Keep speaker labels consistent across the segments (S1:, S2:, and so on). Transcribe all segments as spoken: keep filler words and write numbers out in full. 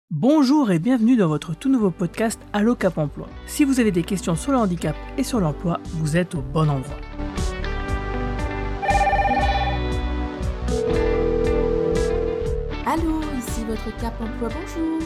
S1: Bonjour et bienvenue dans votre tout nouveau podcast Allo Cap Emploi. Si vous avez des questions sur le handicap et sur l'emploi, vous êtes au bon endroit.
S2: Allô, ici votre Cap Emploi, bonjour.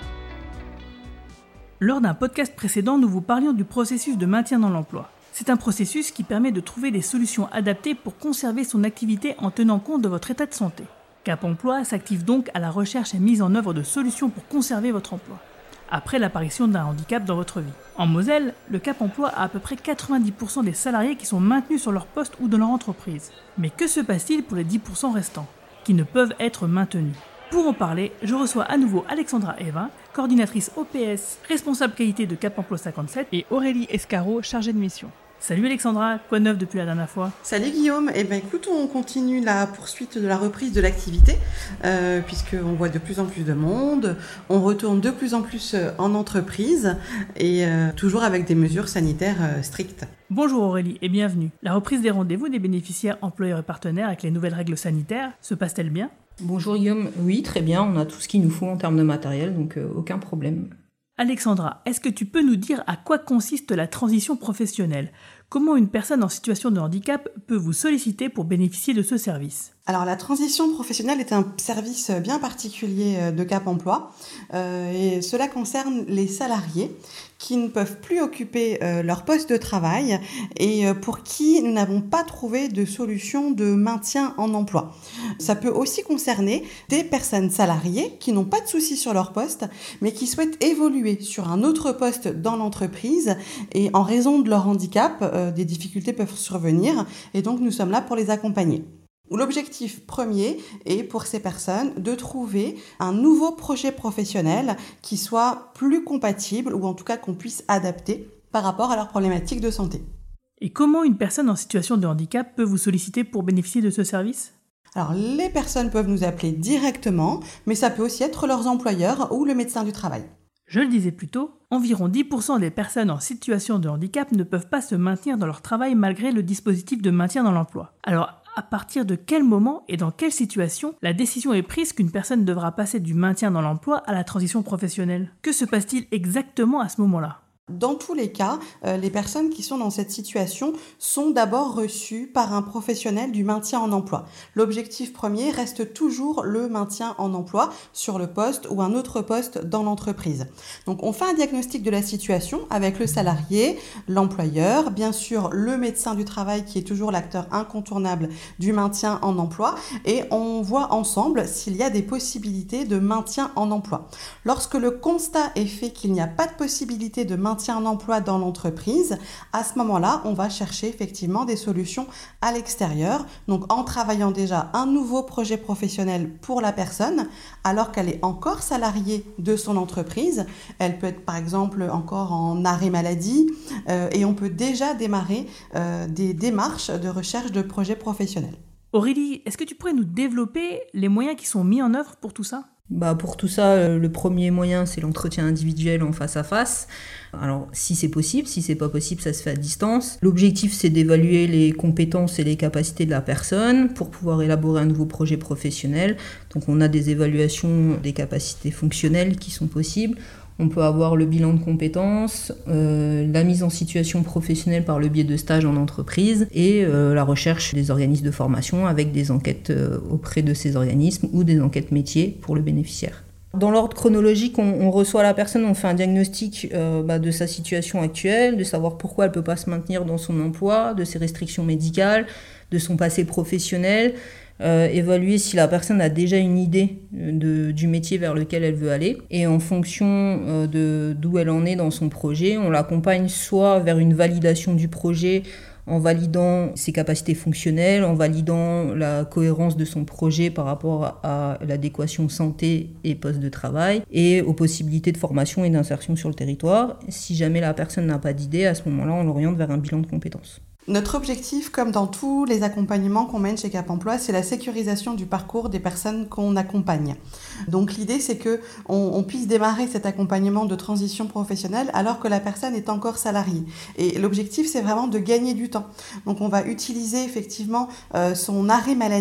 S1: Lors d'un podcast précédent, nous vous parlions du processus de maintien dans l'emploi. C'est un processus qui permet de trouver des solutions adaptées pour conserver son activité en tenant compte de votre état de santé. Cap Emploi s'active donc à la recherche et mise en œuvre de solutions pour conserver votre emploi, après l'apparition d'un handicap dans votre vie. En Moselle, le Cap Emploi a à peu près quatre-vingt-dix pour cent des salariés qui sont maintenus sur leur poste ou dans leur entreprise. Mais que se passe-t-il pour les dix pour cent restants, qui ne peuvent être maintenus ? Pour en parler, je reçois à nouveau Alexandra Evin, coordinatrice O P S, responsable qualité de Cap Emploi cinquante-sept, et Aurélie Escarot, chargée de mission. Salut Alexandra, quoi de neuf depuis la dernière fois ?
S3: Salut Guillaume, eh ben écoute, on continue la poursuite de la reprise de l'activité, euh, puisqu'on voit de plus en plus de monde, on retourne de plus en plus en entreprise, et euh, toujours avec des mesures sanitaires euh, strictes.
S1: Bonjour Aurélie et bienvenue. La reprise des rendez-vous des bénéficiaires, employeurs et partenaires avec les nouvelles règles sanitaires se passe-t-elle bien ?
S4: Bonjour Guillaume, oui très bien, on a tout ce qu'il nous faut en termes de matériel, donc euh, aucun problème.
S1: Alexandra, est-ce que tu peux nous dire à quoi consiste la transition professionnelle ? Comment une personne en situation de handicap peut vous solliciter pour bénéficier de ce service ?
S3: Alors la transition professionnelle est un service bien particulier de Cap Emploi euh, et cela concerne les salariés qui ne peuvent plus occuper euh, leur poste de travail et euh, pour qui nous n'avons pas trouvé de solution de maintien en emploi. Ça peut aussi concerner des personnes salariées qui n'ont pas de soucis sur leur poste mais qui souhaitent évoluer sur un autre poste dans l'entreprise et en raison de leur handicap, euh, des difficultés peuvent survenir et donc nous sommes là pour les accompagner. L'objectif premier est pour ces personnes de trouver un nouveau projet professionnel qui soit plus compatible ou en tout cas qu'on puisse adapter par rapport à leurs problématiques de santé.
S1: Et comment une personne en situation de handicap peut vous solliciter pour bénéficier de ce service ?
S3: Alors les personnes peuvent nous appeler directement, mais ça peut aussi être leurs employeurs ou le médecin du travail.
S1: Je le disais plus tôt, environ dix pour cent des personnes en situation de handicap ne peuvent pas se maintenir dans leur travail malgré le dispositif de maintien dans l'emploi. Alors, à partir de quel moment et dans quelle situation la décision est prise qu'une personne devra passer du maintien dans l'emploi à la transition professionnelle ? Que se passe-t-il exactement à ce moment-là ?
S3: Dans tous les cas, euh, les personnes qui sont dans cette situation sont d'abord reçues par un professionnel du maintien en emploi. L'objectif premier reste toujours le maintien en emploi sur le poste ou un autre poste dans l'entreprise. Donc on fait un diagnostic de la situation avec le salarié, l'employeur, bien sûr le médecin du travail qui est toujours l'acteur incontournable du maintien en emploi et on voit ensemble s'il y a des possibilités de maintien en emploi. Lorsque le constat est fait qu'il n'y a pas de possibilité de maintien en emploi dans l'entreprise, à ce moment-là, on va chercher effectivement des solutions à l'extérieur, donc en travaillant déjà un nouveau projet professionnel pour la personne, alors qu'elle est encore salariée de son entreprise. Elle peut être par exemple encore en arrêt maladie euh, et on peut déjà démarrer euh, des démarches de recherche de projets professionnels.
S1: Aurélie, est-ce que tu pourrais nous développer les moyens qui sont mis en œuvre pour tout ça ?
S4: Bah pour tout ça, le premier moyen, c'est l'entretien individuel en face à face. Alors, si c'est possible, si c'est pas possible, ça se fait à distance. L'objectif, c'est d'évaluer les compétences et les capacités de la personne pour pouvoir élaborer un nouveau projet professionnel. Donc, on a des évaluations des capacités fonctionnelles qui sont possibles. On peut avoir le bilan de compétences, euh, la mise en situation professionnelle par le biais de stages en entreprise et euh, la recherche des organismes de formation avec des enquêtes euh, auprès de ces organismes ou des enquêtes métiers pour le bénéficiaire. Dans l'ordre chronologique, on, on reçoit la personne, on fait un diagnostic euh, bah, de sa situation actuelle, de savoir pourquoi elle ne peut pas se maintenir dans son emploi, de ses restrictions médicales, de son passé professionnel. Euh, évaluer si la personne a déjà une idée de, du métier vers lequel elle veut aller. Et en fonction euh, de, d'où elle en est dans son projet, on l'accompagne soit vers une validation du projet en validant ses capacités fonctionnelles, en validant la cohérence de son projet par rapport à l'adéquation santé et poste de travail, et aux possibilités de formation et d'insertion sur le territoire. Si jamais la personne n'a pas d'idée, à ce moment-là, on l'oriente vers un bilan de compétences.
S3: Notre objectif, comme dans tous les accompagnements qu'on mène chez Cap Emploi, c'est la sécurisation du parcours des personnes qu'on accompagne. Donc l'idée, c'est que on, on puisse démarrer cet accompagnement de transition professionnelle alors que la personne est encore salariée. Et l'objectif, c'est vraiment de gagner du temps. Donc on va utiliser effectivement euh, son arrêt maladie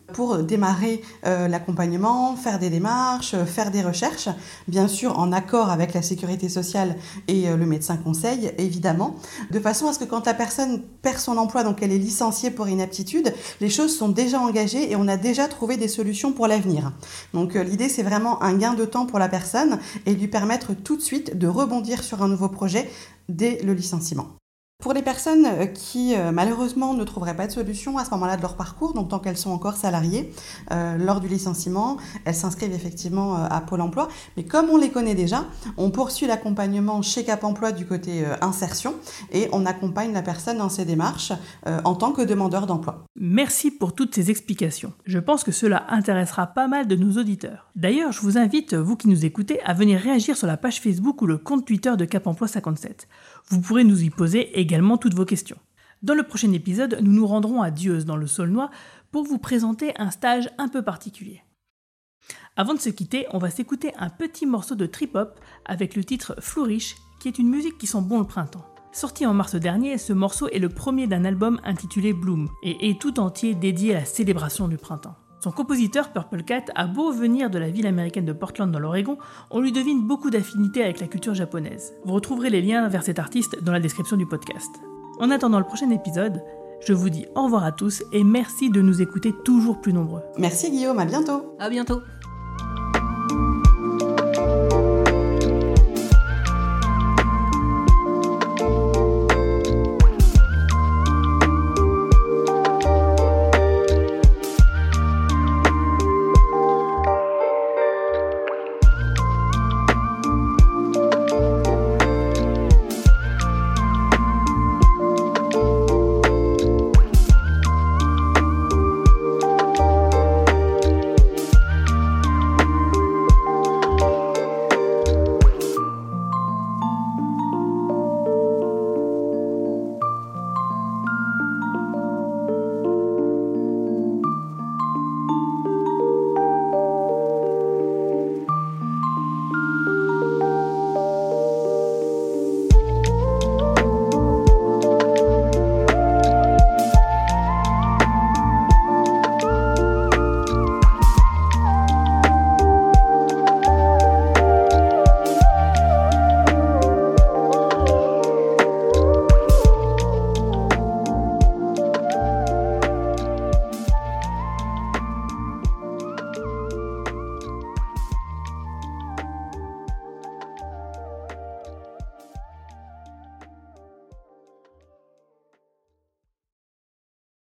S3: pour démarrer euh, l'accompagnement, faire des démarches, euh, faire des recherches, bien sûr en accord avec la sécurité sociale et euh, le médecin conseil, évidemment, de façon à ce que quand la personne perd son emploi, donc elle est licenciée pour inaptitude, les choses sont déjà engagées et on a déjà trouvé des solutions pour l'avenir. Donc euh, l'idée, c'est vraiment un gain de temps pour la personne et lui permettre tout de suite de rebondir sur un nouveau projet dès le licenciement. Pour les personnes qui euh, malheureusement ne trouveraient pas de solution à ce moment-là de leur parcours, donc tant qu'elles sont encore salariées, euh, lors du licenciement, elles s'inscrivent effectivement euh, à Pôle emploi. Mais comme on les connaît déjà, on poursuit l'accompagnement chez Cap Emploi du côté euh, insertion et on accompagne la personne dans ses démarches euh, en tant que demandeur d'emploi.
S1: Merci pour toutes ces explications. Je pense que cela intéressera pas mal de nos auditeurs. D'ailleurs, je vous invite, vous qui nous écoutez, à venir réagir sur la page Facebook ou le compte Twitter de Cap Emploi cinquante-sept. Vous pourrez nous y poser également toutes vos questions. Dans le prochain épisode, nous nous rendrons à Dieuze dans le Saulnois pour vous présenter un stage un peu particulier. Avant de se quitter, on va s'écouter un petit morceau de trip-hop avec le titre Flourish, qui est une musique qui sent bon le printemps. Sorti en mars dernier, ce morceau est le premier d'un album intitulé Bloom et est tout entier dédié à la célébration du printemps. Son compositeur, Purple Cat, a beau venir de la ville américaine de Portland dans l'Oregon, on lui devine beaucoup d'affinités avec la culture japonaise. Vous retrouverez les liens vers cet artiste dans la description du podcast. En attendant le prochain épisode, je vous dis au revoir à tous et merci de nous écouter toujours plus nombreux.
S3: Merci Guillaume, à bientôt.
S4: À bientôt.